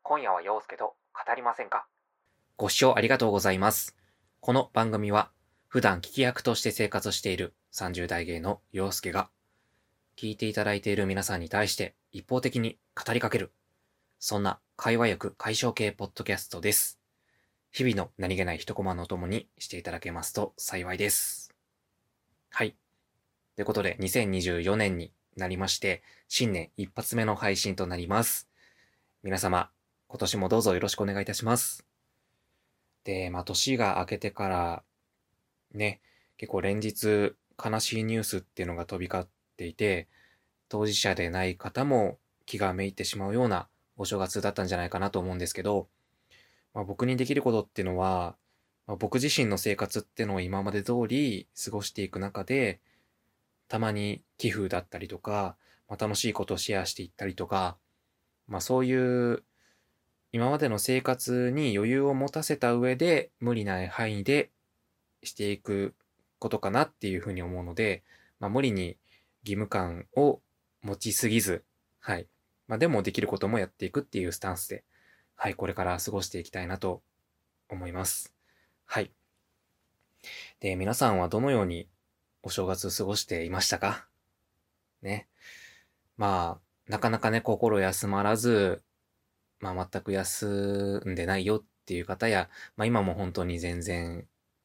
今夜は陽介と語りませんか？ご視聴ありがとうございます。この番組は普段聞き役として生活している30代芸の陽介が聞いていただいている皆さんに対して一方的に語りかける、そんな会話力解消系ポッドキャストです。日々の何気ない一コマのお供にしていただけますと幸いです。はい。ということで2024年になりまして新年一発目の配信となります。皆様今年もどうぞよろしくお願いいたします。で、年が明けてからね、結構連日悲しいニュースっていうのが飛び交っていて、当事者でない方も気がめいってしまうようなお正月だったんじゃないかなと思うんですけど、僕にできることっていうのは、僕自身の生活っていうのを今まで通り過ごしていく中で、たまに寄付だったりとか、楽しいことをシェアしていったりとか、そういう今までの生活に余裕を持たせた上で無理ない範囲でしていくことかなっていうふうに思うので、無理に義務感を持ちすぎず、はい。でもできることもやっていくっていうスタンスで、はい、これから過ごしていきたいなと思います。はい。で、皆さんはどのようにお正月過ごしていましたかね。なかなかね、心休まらず、全く休んでないよっていう方や、今も本当に全然、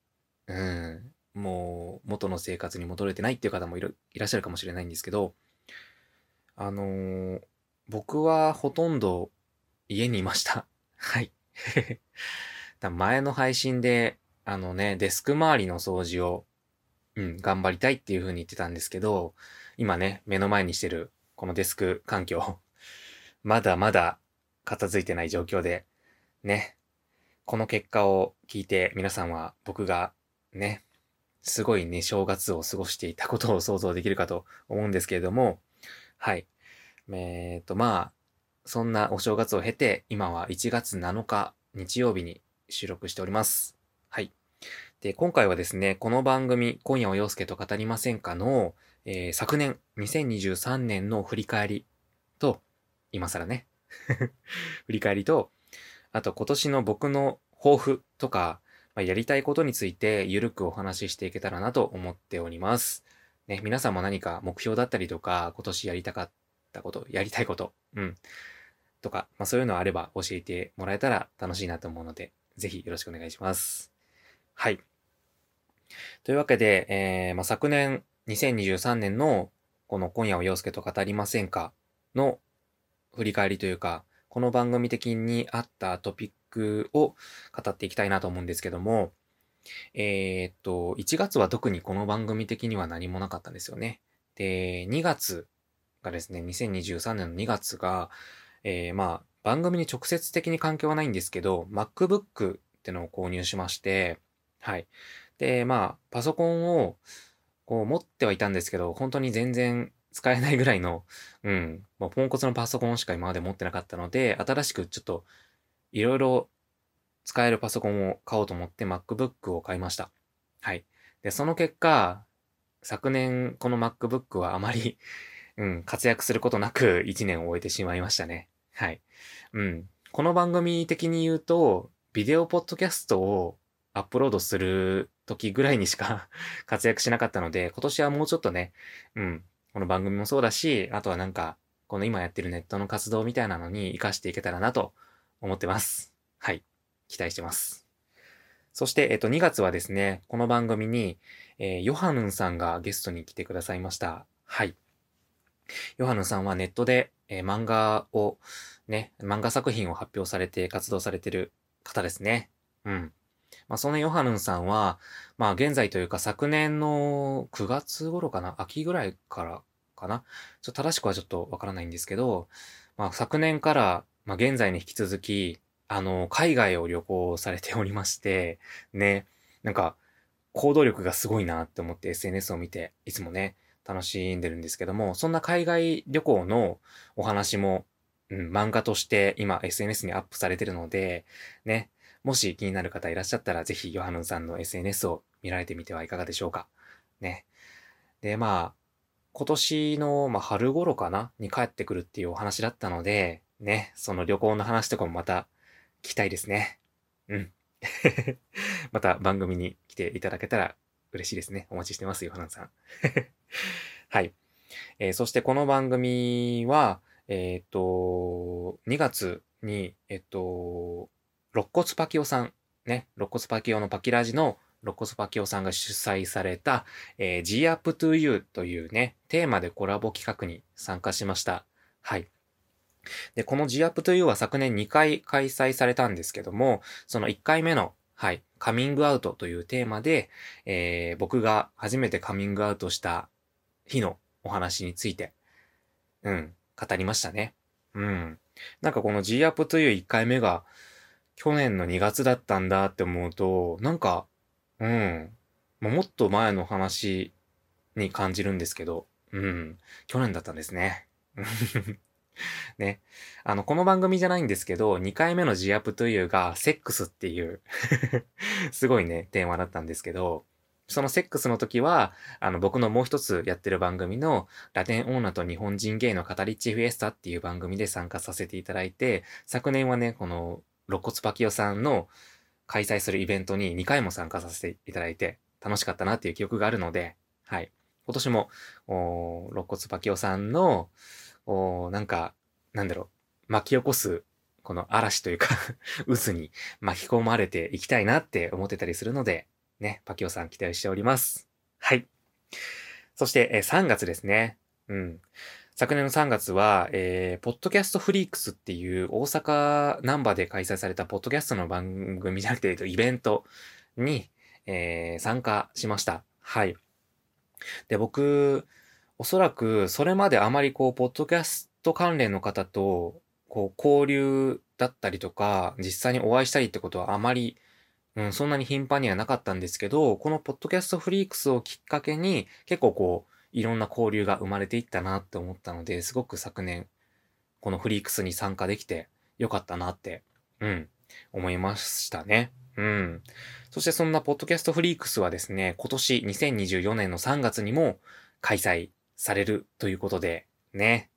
もう元の生活に戻れてないっていう方もいらっしゃるかもしれないんですけど、あのー僕はほとんど家にいました。はい。前の配信で、デスク周りの掃除を、頑張りたいっていう風に言ってたんですけど、今ね、目の前にしてるこのデスク環境、まだまだ片付いてない状況で、ね、この結果を聞いて皆さんは僕がね、すごいね、正月を過ごしていたことを想像できるかと思うんですけれども、はい。そんなお正月を経て、今は1月7日日曜日に収録しております。はい。で、今回はですね、この番組、今夜は陽介と語りませんかの、昨年、2023年の振り返りと、今更ね、振り返りと、あと今年の僕の抱負とか、やりたいことについてゆるくお話ししていけたらなと思っております。ね、皆さんも何か目標だったりとか、今年やりたかったこと、やりたいこと、とか、そういうのあれば教えてもらえたら楽しいなと思うので、ぜひよろしくお願いします。はい。というわけで、昨年2023年のこの今夜を陽介と語りませんかの振り返りというか、この番組的にあったトピックを語っていきたいなと思うんですけども、1月は特にこの番組的には何もなかったんですよね。で、2月がですね、2023年の2月が、番組に直接的に関係はないんですけど、MacBook ってのを購入しまして、はい。で、パソコンをこう持ってはいたんですけど、本当に全然使えないぐらいの、ポンコツのパソコンしか今まで持ってなかったので、新しくちょっといろいろ使えるパソコンを買おうと思って MacBook を買いました。はい。で、その結果、昨年この MacBook はあまり活躍することなく1年を終えてしまいましたね。はい。この番組的に言うと、ビデオポッドキャストをアップロードする時ぐらいにしか活躍しなかったので、今年はもうちょっとね、この番組もそうだし、あとはこの今やってるネットの活動みたいなのに活かしていけたらなと思ってます。はい。期待してます。そして、2月はですね、この番組に、ヨハヌンさんがゲストに来てくださいました。はい。ヨハヌさんはネットで、漫画作品を発表されて活動されてる方ですね。そのヨハヌンさんは、現在というか昨年の9月頃かな、秋ぐらいからかな。正しくはちょっとわからないんですけど、昨年から、現在に引き続き、海外を旅行されておりまして、ね、行動力がすごいなって思って SNS を見て、いつもね、楽しんでるんですけども、そんな海外旅行のお話も、漫画として今 SNS にアップされてるので、ね、もし気になる方いらっしゃったら、ぜひヨハヌンさんの SNS を見られてみてはいかがでしょうか。ね。で、今年の、春頃かなに帰ってくるっていうお話だったので、 ね、その旅行の話とかもまた聞きたいですね。うん。また番組に来ていただけたら嬉しいですね。お待ちしてますよ、花さん。はい。そしてこの番組は、2月に、肋骨パキオさん、ね、肋骨パキオのパキラジの肋骨パキオさんが主催された、G Up to You というね、テーマでコラボ企画に参加しました。はい。で、この G Up to You は昨年2回開催されたんですけども、その1回目の、はい、カミングアウトというテーマで、僕が初めてカミングアウトした日のお話について、語りましたね。なんかこの G Up という1回目が去年の2月だったんだって思うと、なんか、もっと前の話に感じるんですけど、去年だったんですね。ね。この番組じゃないんですけど、2回目の G Up というが、セックスっていうすごいね、テーマだったんですけど、そのセックスの時は、僕のもう一つやってる番組の、ラテン女と日本人ゲイの語りっちフィエスタっていう番組で参加させていただいて、昨年はね、この、肋骨パキオさんの開催するイベントに2回も参加させていただいて、楽しかったなっていう記憶があるので、はい。今年も、肋骨パキオさんの、なんか、なんだろ巻き起こす、この嵐というか渦に巻き込まれていきたいなって思ってたりするので、ね、パキオさん期待しております。はい。そして、3月ですね。昨年の3月は、ポッドキャストフリークスっていう大阪難波で開催されたポッドキャストの番組じゃなくて、イベントに、参加しました。はい。で、僕、おそらくそれまであまりこう、ポッドキャスト関連の方と、こう、交流だったりとか、実際にお会いしたりってことはあまり、そんなに頻繁にはなかったんですけど、このポッドキャストフリークスをきっかけに、結構こう、いろんな交流が生まれていったなって思ったので、すごく昨年、このフリークスに参加できてよかったなって、思いましたね。そしてそんなポッドキャストフリークスはですね、今年2024年の3月にも開催されるということで、ね。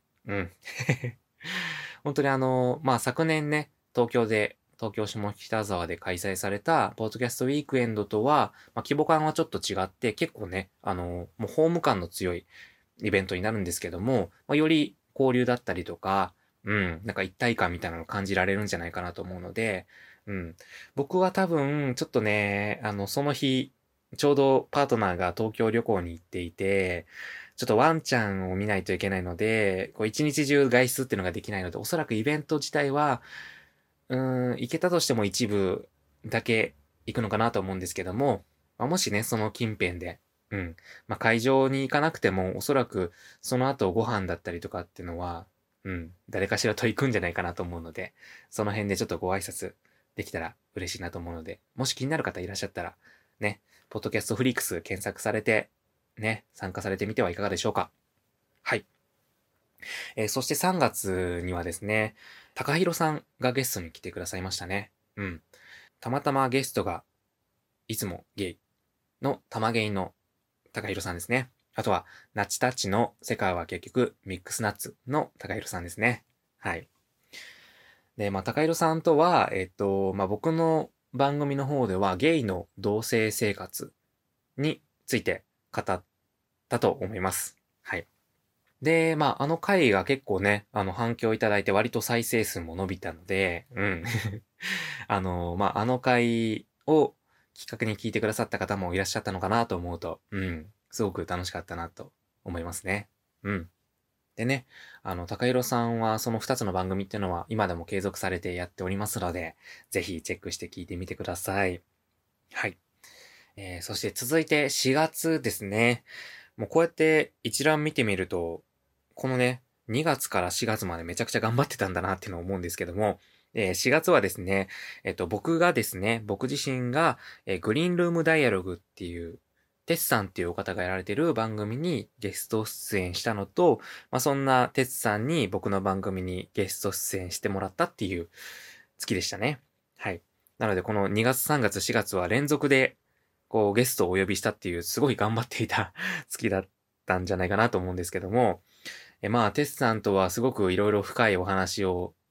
本当に昨年ね、東京下北沢で開催された、ポッドキャストウィークエンドとは、規模感はちょっと違って、結構ね、もうホーム感の強いイベントになるんですけども、より交流だったりとか、なんか一体感みたいなのを感じられるんじゃないかなと思うので、僕は多分、ちょっとね、その日、ちょうどパートナーが東京旅行に行っていて、ちょっとワンちゃんを見ないといけないので、こう一日中外出っていうのができないので、おそらくイベント自体は、行けたとしても一部だけ行くのかなと思うんですけども、もしね、その近辺で、会場に行かなくても、おそらくその後ご飯だったりとかっていうのは、誰かしらと行くんじゃないかなと思うので、その辺でちょっとご挨拶できたら嬉しいなと思うので、もし気になる方いらっしゃったら、ね、ポッドキャストフリークス検索されて、ね、参加されてみてはいかがでしょうか。はい。そして3月にはですね、高弘さんがゲストに来てくださいましたね。たまたまゲストが、いつもゲイの玉ゲイの高弘さんですね。あとは、ナッチタッチの世界は結局ミックスナッツの高弘さんですね。はい。で、高弘さんとは、僕の番組の方ではゲイの同性生活について語ったと思います。はい。で、あの回が結構ね、反響いただいて割と再生数も伸びたので、あの回をきっかけに聞いてくださった方もいらっしゃったのかなと思うと、すごく楽しかったなと思いますね。でね、高弘さんはその2つの番組っていうのは今でも継続されてやっておりますので、ぜひチェックして聞いてみてください。はい。そして続いて4月ですね。もうこうやって一覧見てみると、このね、2月から4月までめちゃくちゃ頑張ってたんだなっていうのを思うんですけども、4月はですね、僕自身が、グリーンルームダイアログっていう、テツさんっていうお方がやられてる番組にゲスト出演したのと、そんなテツさんに僕の番組にゲスト出演してもらったっていう月でしたね。はい。なのでこの2月、3月、4月は連続でこうゲストをお呼びしたっていうすごい頑張っていた月だったんじゃないかなと思うんですけども、テスさんとはすごくいろいろ深いお話を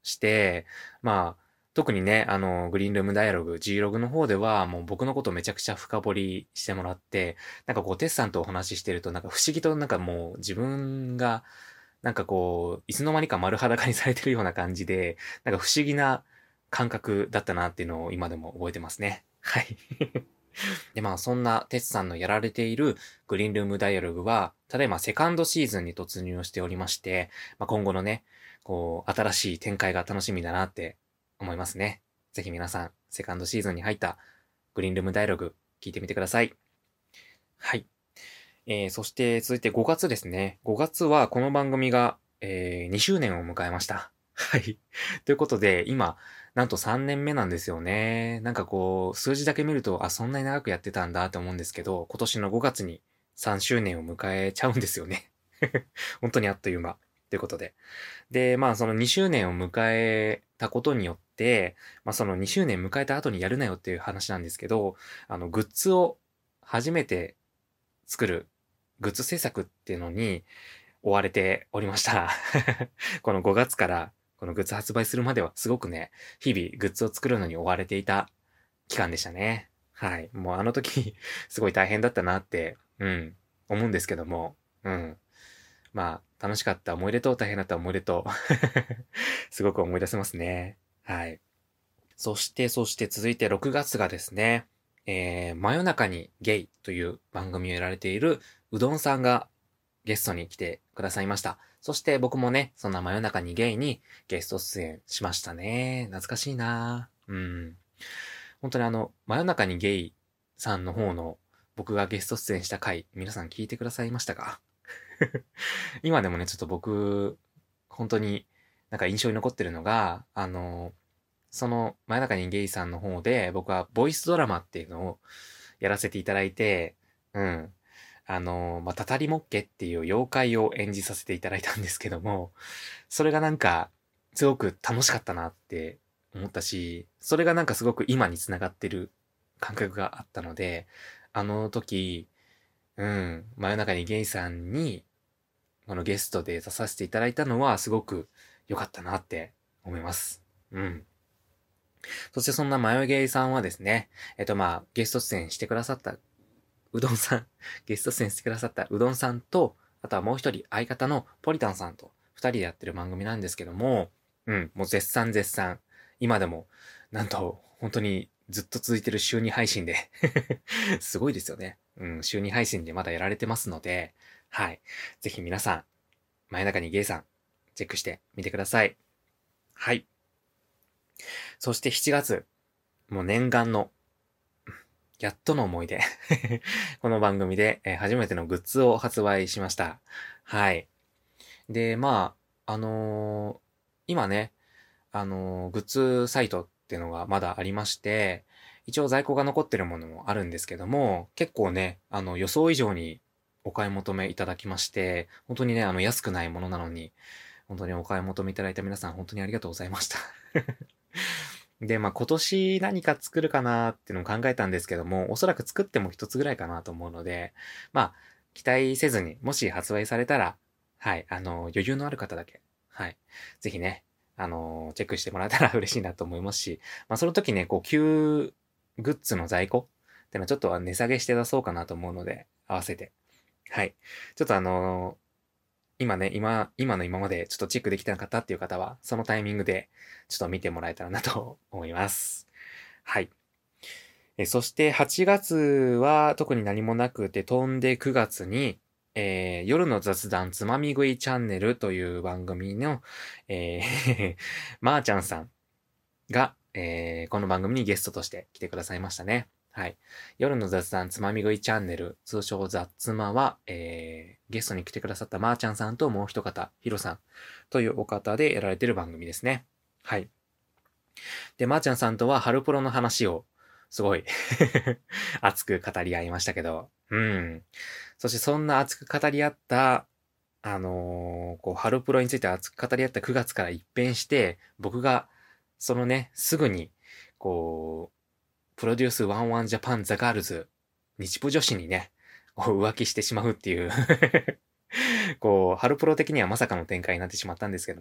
して、まあ、特にね、グリーンルームダイアログ、G ログの方では、もう僕のことめちゃくちゃ深掘りしてもらって、なんかこう、テスさんとお話ししてると、なんか不思議となんかもう自分が、なんかこう、いつの間にか丸裸にされてるような感じで、なんか不思議な感覚だったなっていうのを今でも覚えてますね。はい。で、まあ、そんなテツさんのやられているグリーンルームダイアログは、ただいまセカンドシーズンに突入をしておりまして、まあ、今後のね、こう、新しい展開が楽しみだなって思いますね。ぜひ皆さん、セカンドシーズンに入ったグリーンルームダイアログ、聞いてみてください。はい。そして続いて5月ですね。5月はこの番組が、2周年を迎えました。はい。ということで、今、なんと3年目なんですよね。なんかこう、数字だけ見ると、あ、そんなに長くやってたんだって思うんですけど、今年の5月に3周年を迎えちゃうんですよね。本当にあっという間。ということで。で、まあその2周年を迎えたことによって、まあその2周年迎えた後にやるなよっていう話なんですけど、グッズを初めて作るグッズ制作っていうのに追われておりました。この5月からこのグッズ発売するまではすごくね、日々グッズを作るのに追われていた期間でしたね。はい。もうあの時すごい大変だったなって、思うんですけども、まあ、楽しかった思い出と大変だった思い出とすごく思い出せますね。はい。そして続いて6月がですね、真夜中にゲイという番組をやられているうどんさんがゲストに来てくださいました。そして僕もね、そんな真夜中にゲイにゲスト出演しましたね。懐かしいな本当に真夜中にゲイさんの方の僕がゲスト出演した回、皆さん聞いてくださいましたか？今でもね、ちょっと僕、本当になんか印象に残ってるのが、その真夜中にゲイさんの方で僕はボイスドラマっていうのをやらせていただいて、うん。まあ、たたりもっけっていう妖怪を演じさせていただいたんですけども、それがなんか、すごく楽しかったなって思ったし、それがなんかすごく今につながってる感覚があったので、あの時、真夜中にゲイさんに、このゲストで出させていただいたのはすごく良かったなって思います。うん。そしてそんなマヨゲイさんはですね、まあ、ゲスト出演してくださったうどんさん、ゲスト出演してくださったうどんさんと、あとはもう一人相方のポリタンさんと二人でやってる番組なんですけども、もう絶賛絶賛。今でも、なんと、本当にずっと続いてる週2配信ですごいですよね。週2配信でまだやられてますので、はい。ぜひ皆さん、真夜中にゲイさん、チェックしてみてください。はい。そして7月、もう念願の、やっとの思い出この番組で、初めてのグッズを発売しました。はい。で、まあ、今ね、グッズサイトっていうのがまだありまして、一応在庫が残ってるものもあるんですけども、結構ね、予想以上にお買い求めいただきまして、本当にね、安くないものなのに、本当にお買い求めいただいた皆さん、本当にありがとうございました。で、まあ今年何か作るかなっていうのを考えたんですけども、おそらく作っても一つぐらいかなと思うので、まあ、期待せずに、もし発売されたら、はい、余裕のある方だけ、はい、ぜひね、チェックしてもらえたら嬉しいなと思いますし、まあその時ね、こう、旧グッズの在庫っていうのはちょっと値下げして出そうかなと思うので、合わせて。はい。ちょっと今ね、今の今までちょっとチェックできてなかったっていう方は、そのタイミングでちょっと見てもらえたらなと思います。はい。そして8月は特に何もなくて飛んで9月に、夜の雑談つまみ食いチャンネルという番組の、まーちゃんさんが、この番組にゲストとして来てくださいましたね。はい。夜の雑談つまみ食いチャンネル、通称雑つまは、ゲストに来てくださったまーちゃんさんともう一方、ヒロさんというお方でやられてる番組ですね。はい。で、まーちゃんさんとはハルプロの話をすごい熱く語り合いましたけど、そしてそんな熱く語り合った、こう、ハロプロについて熱く語り合った9月から一変して、僕が、そのね、すぐに、こう、プロデュース11ジャパンザガールズ、日プ女子にね、浮気してしまうっていうこう、ハロプロ的にはまさかの展開になってしまったんですけども、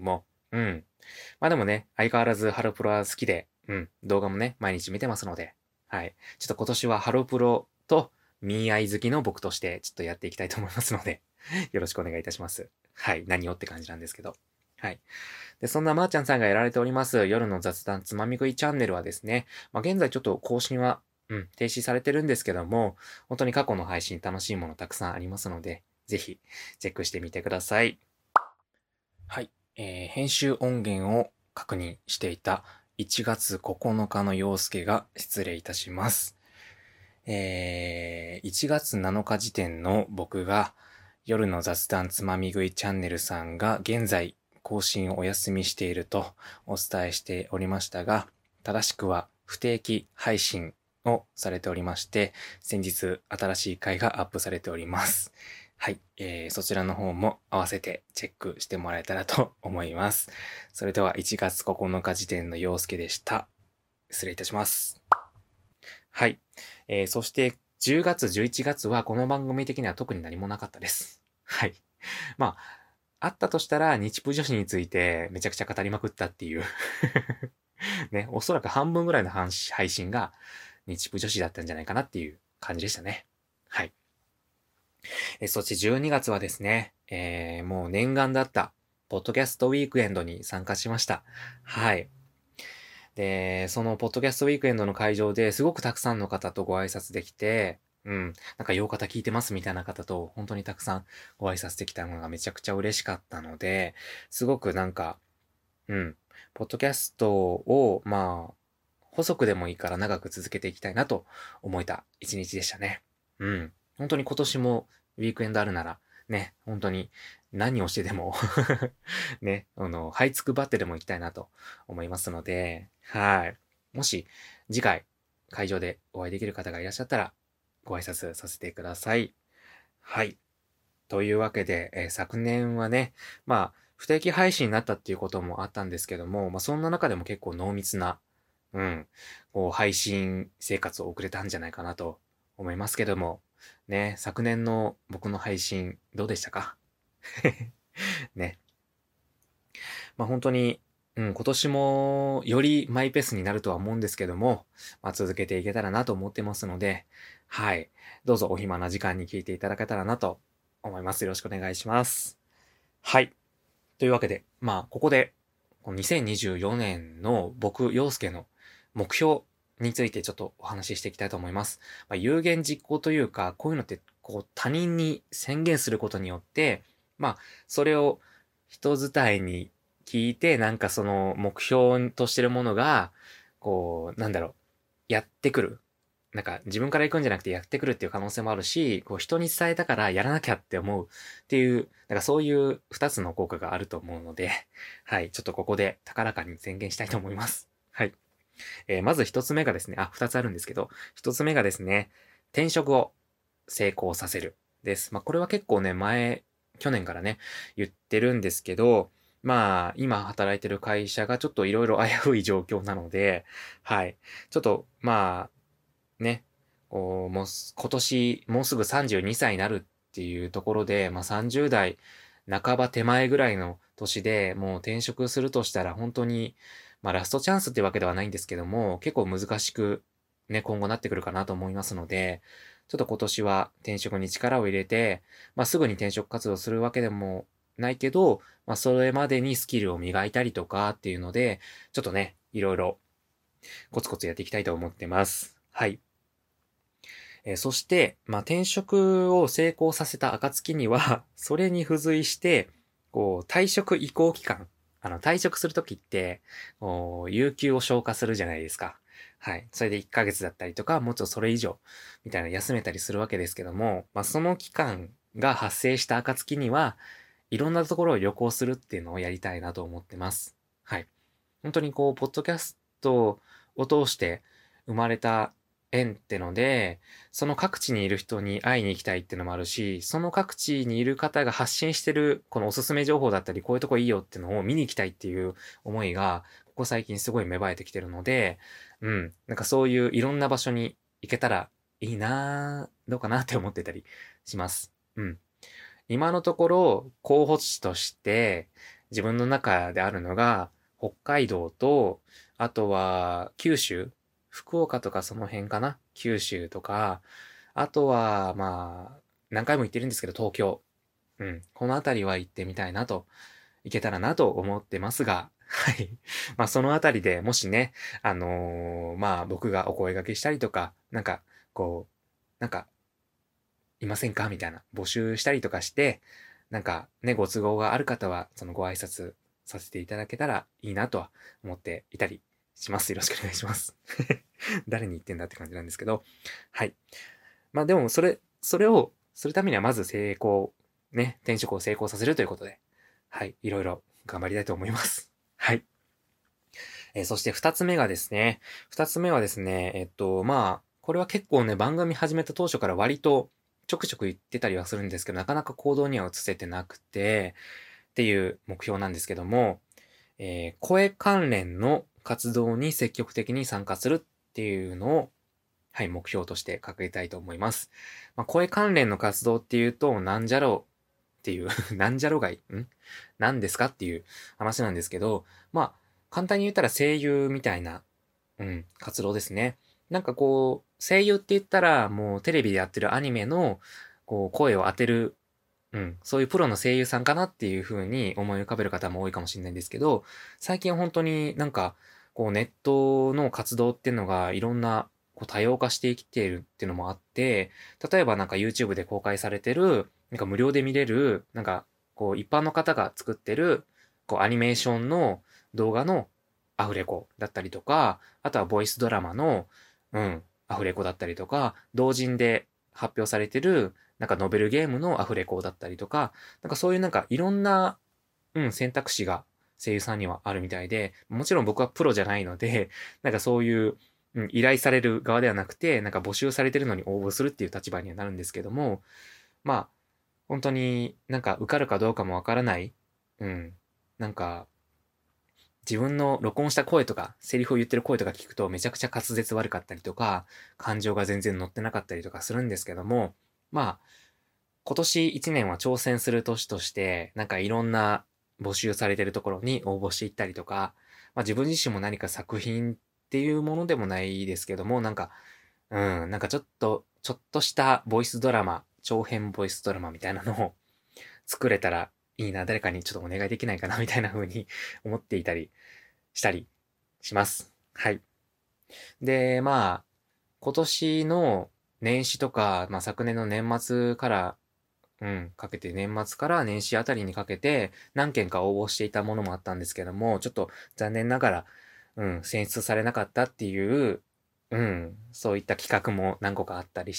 うん。まあでもね、相変わらずハロプロは好きで、動画もね、毎日見てますので、はい。ちょっと今年はハロプロとミーアイ好きの僕としてちょっとやっていきたいと思いますので、よろしくお願いいたします。はい。何をって感じなんですけど。はい。で、そんなまーちゃんさんがやられております夜の雑談つまみ食いチャンネルはですね、現在ちょっと更新は、停止されてるんですけども、本当に過去の配信楽しいものたくさんありますので、ぜひチェックしてみてください。はい。編集音源を確認していた1月9日の陽介が失礼いたします。1月7日時点の僕が夜の雑談つまみ食いチャンネルさんが現在更新をお休みしているとお伝えしておりましたが、正しくは不定期配信をされておりまして、先日新しい回がアップされております。はい、そちらの方も合わせてチェックしてもらえたらと思います。それでは1月9日時点の陽介でした。失礼いたします。はい。そして10月、11月はこの番組的には特に何もなかったです。はい。まあ、あったとしたら日プ女子についてめちゃくちゃ語りまくったっていうね、おそらく半分ぐらいの配信が日プ女子だったんじゃないかなっていう感じでしたね。はい。そして12月はですね、もう念願だった、ポッドキャストウィークエンドに参加しました。はい。で、そのポッドキャストウィークエンドの会場ですごくたくさんの方とご挨拶できて、なんかよう方聞いてますみたいな方と本当にたくさんご挨拶できたのがめちゃくちゃ嬉しかったので、すごくなんか、ポッドキャストを、細くでもいいから長く続けていきたいなと思えた一日でしたね。本当に今年もウィークエンドあるなら、ね、本当に何をしてでもね、這いつくばってでも行きたいなと思いますので、はい。もし次回会場でお会いできる方がいらっしゃったらご挨拶させてください。はい。というわけで、昨年はね、不定期配信になったっていうこともあったんですけども、そんな中でも結構濃密な、配信生活を送れたんじゃないかなと思いますけども、ね、昨年の僕の配信どうでしたか？ね。本当に、今年もよりマイペースになるとは思うんですけども、続けていけたらなと思ってますので、はい。どうぞお暇な時間に聞いていただけたらなと思います。よろしくお願いします。はい。というわけで、ここで、この2024年の僕、陽介の目標についてちょっとお話ししていきたいと思います。有言実行というか、こういうのって、他人に宣言することによって、それを人伝いに聞いて、なんかその目標としてるものが、やってくる。なんか自分から行くんじゃなくてやってくるっていう可能性もあるし、人に伝えたからやらなきゃって思うっていう、なんかそういう二つの効果があると思うので、はい、ちょっとここで高らかに宣言したいと思います。はい。まず一つ目がですね、二つあるんですけど、一つ目がですね、転職を成功させるです。これは結構ね、去年からね、言ってるんですけど、今働いてる会社がちょっといろいろ危うい状況なので、はい。ちょっと、ね、もう今年もうすぐ32歳になるっていうところで、30代半ば手前ぐらいの年でもう転職するとしたら本当に、ラストチャンスってわけではないんですけども、結構難しくね、今後なってくるかなと思いますので、ちょっと今年は転職に力を入れて、すぐに転職活動するわけでもないけど、それまでにスキルを磨いたりとかっていうので、ちょっとね、いろいろコツコツやっていきたいと思ってます。はい。そして、転職を成功させた暁には、それに付随して、退職移行期間。退職するときって、有給を消化するじゃないですか。はい。それで1ヶ月だったりとか、もうちょっとそれ以上、みたいな休めたりするわけですけども、その期間が発生した暁には、いろんなところを旅行するっていうのをやりたいなと思ってます。はい。本当にポッドキャストを通して生まれた縁ってので、その各地にいる人に会いに行きたいってのもあるし、その各地にいる方が発信してるこのおすすめ情報だったり、こういうとこいいよってのを見に行きたいっていう思いが、ここ最近すごい芽生えてきてるので、なんかそういういろんな場所に行けたらいいなぁ、どうかなって思ってたりします。今のところ、候補地として、 自分の中であるのが、北海道と、あとは九州、福岡とかその辺かな、九州とか、あとは、まあ、何回も言ってるんですけど、東京。この辺りは行ってみたいなと、行けたらなと思ってますが、はい。まあ、その辺りでもしね、まあ、僕がお声掛けしたりとか、こう、なんか、いませんかみたいな、募集したりとかして、ご都合がある方は、そのご挨拶させていただけたらいいなとは思っていたりします。よろしくお願いします。誰に言ってんだって感じなんですけど、はい。まあでも、それをするためにはまず転職を成功させるということで、はい、いろいろ頑張りたいと思います。はい。そして二つ目がですね、二つ目はですね、まあ、これは結構ね、番組始めた当初から割とちょくちょく言ってたりはするんですけど、なかなか行動には移せてなくて、っていう目標なんですけども、声関連の活動に積極的に参加するっていうのを、はい、目標として掲げたいと思います。まあ、声関連の活動っていうと、なんじゃろうっていうなんじゃろがい何ですかっていう話なんですけど、まあ、簡単に言ったら声優みたいな、活動ですね。声優って言ったら、もうテレビでやってるアニメの、声を当てる、そういうプロの声優さんかなっていう風に思い浮かべる方も多いかもしれないんですけど、最近本当にネットの活動っていうのがいろんな、多様化してきているっていうのもあって、例えばYouTube で公開されてる、無料で見れる、一般の方が作ってる、アニメーションの動画のアフレコだったりとか、あとはボイスドラマの、アフレコだったりとか、同人で発表されてる、ノベルゲームのアフレコだったりとか、そういういろんな、選択肢が声優さんにはあるみたいで、もちろん僕はプロじゃないので、そういう、依頼される側ではなくて、募集されてるのに応募するっていう立場にはなるんですけども、まあ、本当に受かるかどうかもわからない、うん、なんか自分の録音した声とか、セリフを言ってる声とか聞くとめちゃくちゃ滑舌悪かったりとか、感情が全然乗ってなかったりとかするんですけども、まあ、今年1年は挑戦する年として、いろんな募集されてるところに応募していったりとか、まあ自分自身も何か作品っていうものでもないですけども、ちょっとしたボイスドラマ、長編ボイスドラマみたいなのを作れたらいいな、誰かにちょっとお願いできないかなみたいな風に思っていたりしたりします。はい。で、まあ、今年の年始とか、まあ昨年の年末から、かけて年末から年始あたりにかけて何件か応募していたものもあったんですけども、ちょっと残念ながら、選出されなかったっていう、そういった企画も何個かあったりして、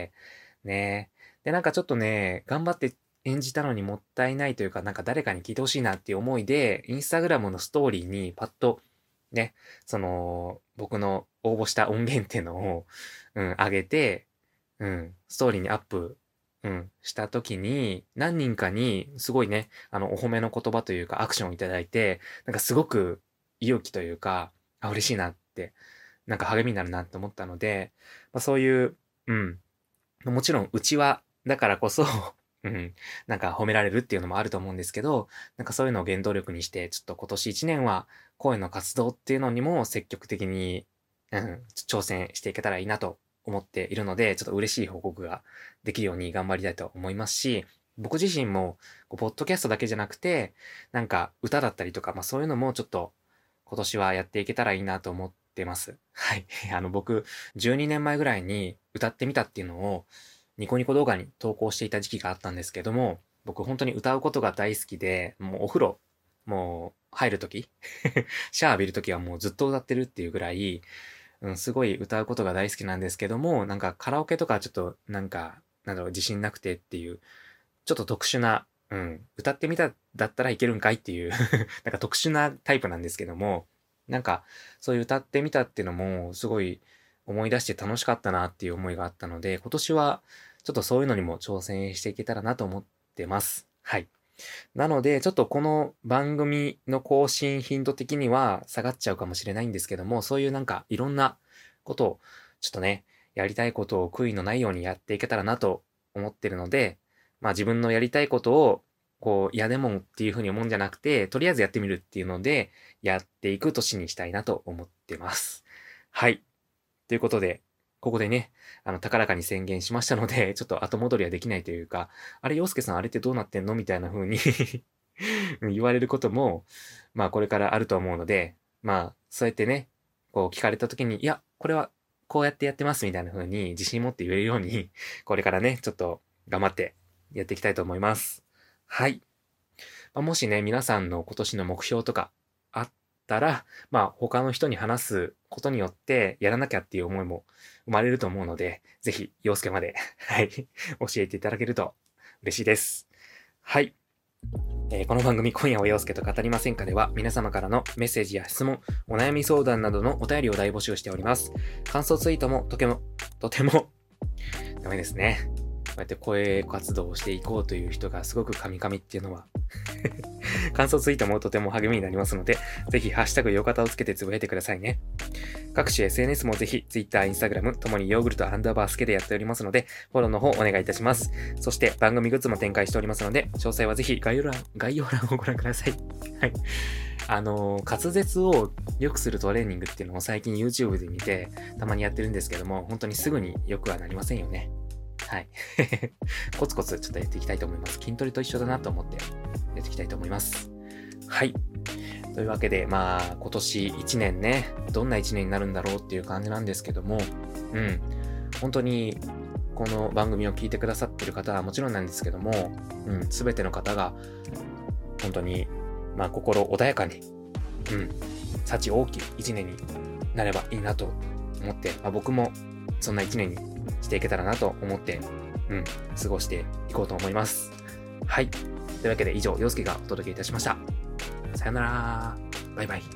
ね。で、ちょっとね、頑張って演じたのにもったいないというか、誰かに聞いてほしいなっていう思いで、インスタグラムのストーリーにパッと、ね、僕の応募した音源っていうのを、上げて、ストーリーにアップ、した時に、何人かに、すごいね、お褒めの言葉というか、アクションをいただいて、すごく勇気というか、あ、嬉しいなって、励みになるなって思ったので、まあ、そういう、うん、もちろん、うちは、だからこそ褒められるっていうのもあると思うんですけど、そういうのを原動力にして、ちょっと今年1年は、声の活動っていうのにも積極的に、挑戦していけたらいいなと思っているので、ちょっと嬉しい報告ができるように頑張りたいと思いますし、僕自身も、ポッドキャストだけじゃなくて、歌だったりとか、まあそういうのもちょっと今年はやっていけたらいいなと思ってます。はい。僕、12年前ぐらいに歌ってみたっていうのを、ニコニコ動画に投稿していた時期があったんですけども、僕本当に歌うことが大好きで、もうお風呂、もう入るときシャワー浴びるときはもうずっと歌ってるっていうぐらい、すごい歌うことが大好きなんですけども、カラオケとかちょっと自信なくてっていう、ちょっと特殊な、歌ってみただったらいけるんかいっていう特殊なタイプなんですけども、そういう歌ってみたっていうのもすごい思い出して楽しかったなっていう思いがあったので、今年はちょっとそういうのにも挑戦していけたらなと思ってます。はい。なので、ちょっとこの番組の更新頻度的には下がっちゃうかもしれないんですけども、そういういろんなことを、ちょっとね、やりたいことを悔いのないようにやっていけたらなと思ってるので、まあ自分のやりたいことを嫌でもっていう風に思うんじゃなくて、とりあえずやってみるっていうので、やっていく年にしたいなと思ってます。はい。ということで、ここでね、高らかに宣言しましたので、ちょっと後戻りはできないというか、あれ、洋介さんあれってどうなってんのみたいな風に言われることも、これからあると思うので、そうやってね、聞かれた時に、いや、これはこうやってやってますみたいな風に自信持って言えるように、これからね、ちょっと頑張ってやっていきたいと思います。はい。もしね、皆さんの今年の目標とかあったら、他の人に話すことによってやらなきゃっていう思いも生まれると思うので、ぜひ、陽介まで、はい、教えていただけると嬉しいです。はい。この番組、今夜は陽介と語りませんかでは、皆様からのメッセージや質問、お悩み相談などのお便りを大募集しております。感想ツイートもとても、ダメですね。こうやって声活動をしていこうという人がすごくカミカミっていうのは感想ツイートもとても励みになりますので、ぜひハッシュタグよかたをつけてつぶやいてくださいね。各種 SNS もぜひ Twitter、Instagram ともにヨーグルト_スケでやっておりますので、フォローの方お願いいたします。そして番組グッズも展開しておりますので、詳細はぜひ概要欄をご覧ください。はい。滑舌を良くするトレーニングっていうのを最近 YouTube で見て、たまにやってるんですけども、本当にすぐに良くはなりませんよね。はい。コツコツちょっとやっていきたいと思います。筋トレと一緒だなと思ってやっていきたいと思います。はい。というわけで、今年1年ね、どんな1年になるんだろうっていう感じなんですけども、本当にこの番組を聞いてくださってる方はもちろんなんですけども、すべての方が本当に、心穏やかに、幸大きい1年になればいいなと思って、僕もそんな1年にしていけたらなと思って、過ごしていこうと思います。はい。というわけで以上、陽介がお届けいたしました。さよなら。バイバイ。